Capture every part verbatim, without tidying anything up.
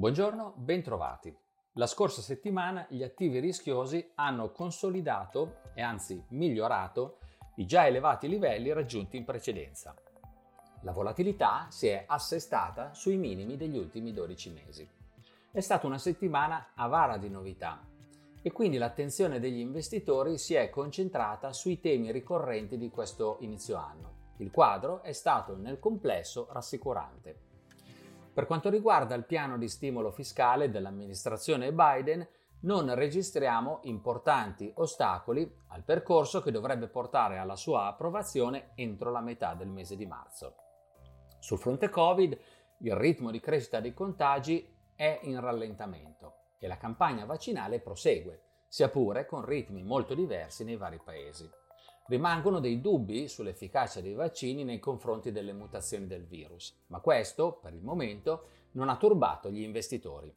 Buongiorno, bentrovati. La scorsa settimana gli attivi rischiosi hanno consolidato e anzi migliorato i già elevati livelli raggiunti in precedenza. La volatilità si è assestata sui minimi degli ultimi dodici mesi. È stata una settimana avara di novità e quindi l'attenzione degli investitori si è concentrata sui temi ricorrenti di questo inizio anno. Il quadro è stato nel complesso rassicurante. Per quanto riguarda il piano di stimolo fiscale dell'amministrazione Biden, non registriamo importanti ostacoli al percorso che dovrebbe portare alla sua approvazione entro la metà del mese di marzo. Sul fronte Covid, il ritmo di crescita dei contagi è in rallentamento e la campagna vaccinale prosegue, sia pure con ritmi molto diversi nei vari paesi. Rimangono dei dubbi sull'efficacia dei vaccini nei confronti delle mutazioni del virus, ma questo, per il momento, non ha turbato gli investitori.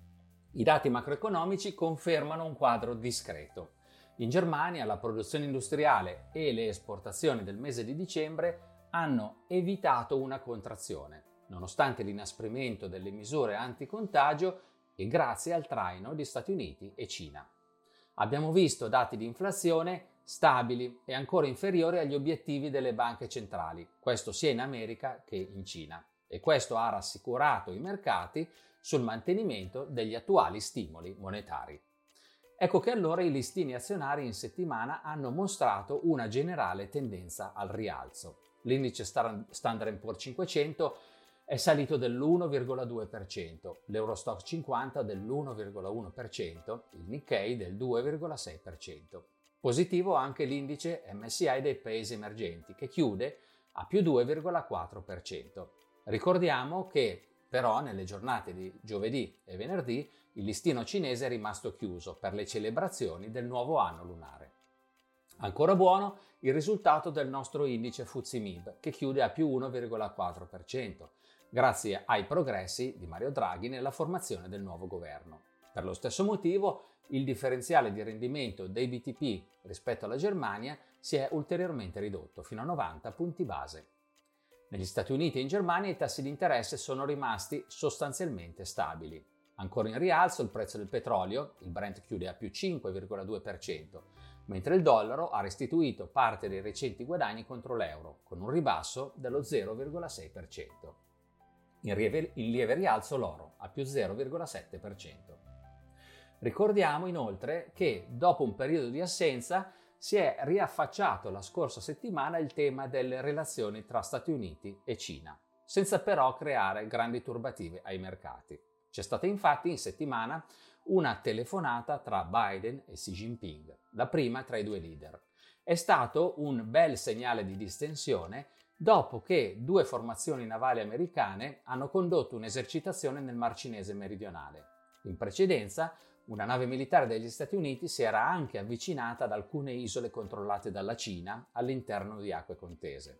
I dati macroeconomici confermano un quadro discreto. In Germania la produzione industriale e le esportazioni del mese di dicembre hanno evitato una contrazione, nonostante l'inasprimento delle misure anticontagio e grazie al traino di Stati Uniti e Cina. Abbiamo visto dati di inflazione stabili e ancora inferiori agli obiettivi delle banche centrali, questo sia in America che in Cina, e questo ha rassicurato i mercati sul mantenimento degli attuali stimoli monetari. Ecco che allora i listini azionari in settimana hanno mostrato una generale tendenza al rialzo. L'indice Standard and Poor's cinquecento è salito dell'uno virgola due per cento, l'Eurostoxx cinquanta dell'uno virgola uno per cento, il Nikkei del due virgola sei per cento. Positivo anche l'indice M S C I dei paesi emergenti, che chiude a più due virgola quattro per cento. Ricordiamo che però nelle giornate di giovedì e venerdì il listino cinese è rimasto chiuso per le celebrazioni del nuovo anno lunare. Ancora buono il risultato del nostro indice F T S E M I B, che chiude a più uno virgola quattro per cento, grazie ai progressi di Mario Draghi nella formazione del nuovo governo. Per lo stesso motivo, il differenziale di rendimento dei B T P rispetto alla Germania si è ulteriormente ridotto fino a novanta punti base. Negli Stati Uniti e in Germania i tassi di interesse sono rimasti sostanzialmente stabili. Ancora in rialzo il prezzo del petrolio, il Brent chiude a più cinque virgola due per cento, mentre il dollaro ha restituito parte dei recenti guadagni contro l'euro, con un ribasso dello zero virgola sei per cento. In lieve, in lieve rialzo l'oro, a più zero virgola sette per cento. Ricordiamo inoltre che dopo un periodo di assenza si è riaffacciato la scorsa settimana il tema delle relazioni tra Stati Uniti e Cina, senza però creare grandi turbative ai mercati. C'è stata infatti in settimana una telefonata tra Biden e Xi Jinping, la prima tra i due leader. È stato un bel segnale di distensione dopo che due formazioni navali americane hanno condotto un'esercitazione nel Mar Cinese meridionale. In precedenza, una nave militare degli Stati Uniti si era anche avvicinata ad alcune isole controllate dalla Cina all'interno di acque contese.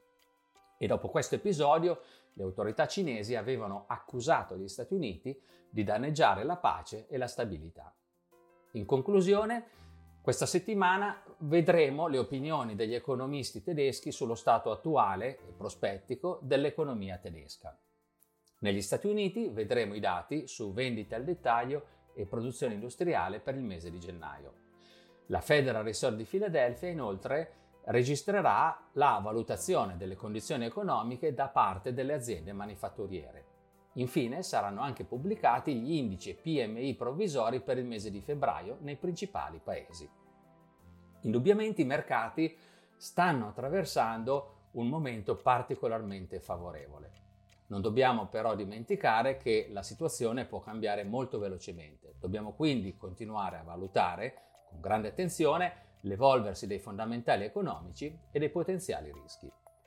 E dopo questo episodio, le autorità cinesi avevano accusato gli Stati Uniti di danneggiare la pace e la stabilità. In conclusione, questa settimana vedremo le opinioni degli economisti tedeschi sullo stato attuale e prospettico dell'economia tedesca. Negli Stati Uniti vedremo i dati su vendite al dettaglio e produzione industriale per il mese di gennaio. La Federal Reserve di Filadelfia inoltre registrerà la valutazione delle condizioni economiche da parte delle aziende manifatturiere. Infine saranno anche pubblicati gli indici P M I provvisori per il mese di febbraio nei principali paesi. Indubbiamente i mercati stanno attraversando un momento particolarmente favorevole. Non dobbiamo però dimenticare che la situazione può cambiare molto velocemente. Dobbiamo quindi continuare a valutare con grande attenzione l'evolversi dei fondamentali economici e dei potenziali rischi.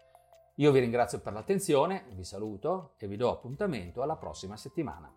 Io vi ringrazio per l'attenzione, vi saluto e vi do appuntamento alla prossima settimana.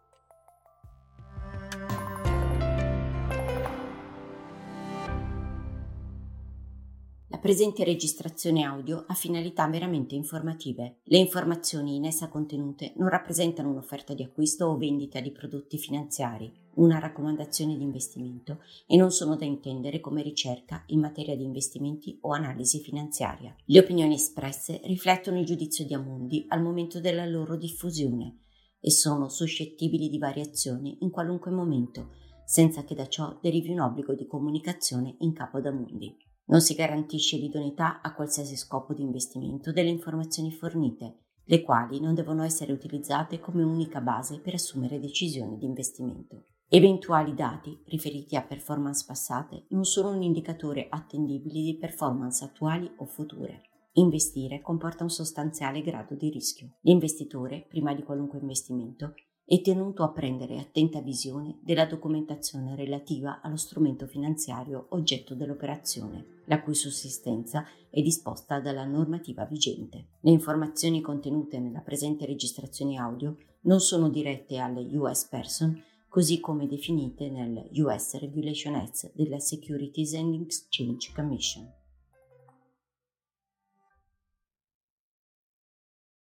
La presente registrazione audio ha finalità meramente informative. Le informazioni in essa contenute non rappresentano un'offerta di acquisto o vendita di prodotti finanziari, una raccomandazione di investimento e non sono da intendere come ricerca in materia di investimenti o analisi finanziaria. Le opinioni espresse riflettono il giudizio di Amundi al momento della loro diffusione e sono suscettibili di variazioni in qualunque momento, senza che da ciò derivi un obbligo di comunicazione in capo ad Amundi. Non si garantisce l'idoneità a qualsiasi scopo di investimento delle informazioni fornite, le quali non devono essere utilizzate come unica base per assumere decisioni di investimento. Eventuali dati riferiti a performance passate non sono un indicatore attendibile di performance attuali o future. Investire comporta un sostanziale grado di rischio. L'investitore, prima di qualunque investimento, è tenuto a prendere attenta visione della documentazione relativa allo strumento finanziario oggetto dell'operazione, la cui sussistenza è disposta dalla normativa vigente. Le informazioni contenute nella presente registrazione audio non sono dirette alle U S Person, così come definite nel U S Regulation Act della Securities and Exchange Commission.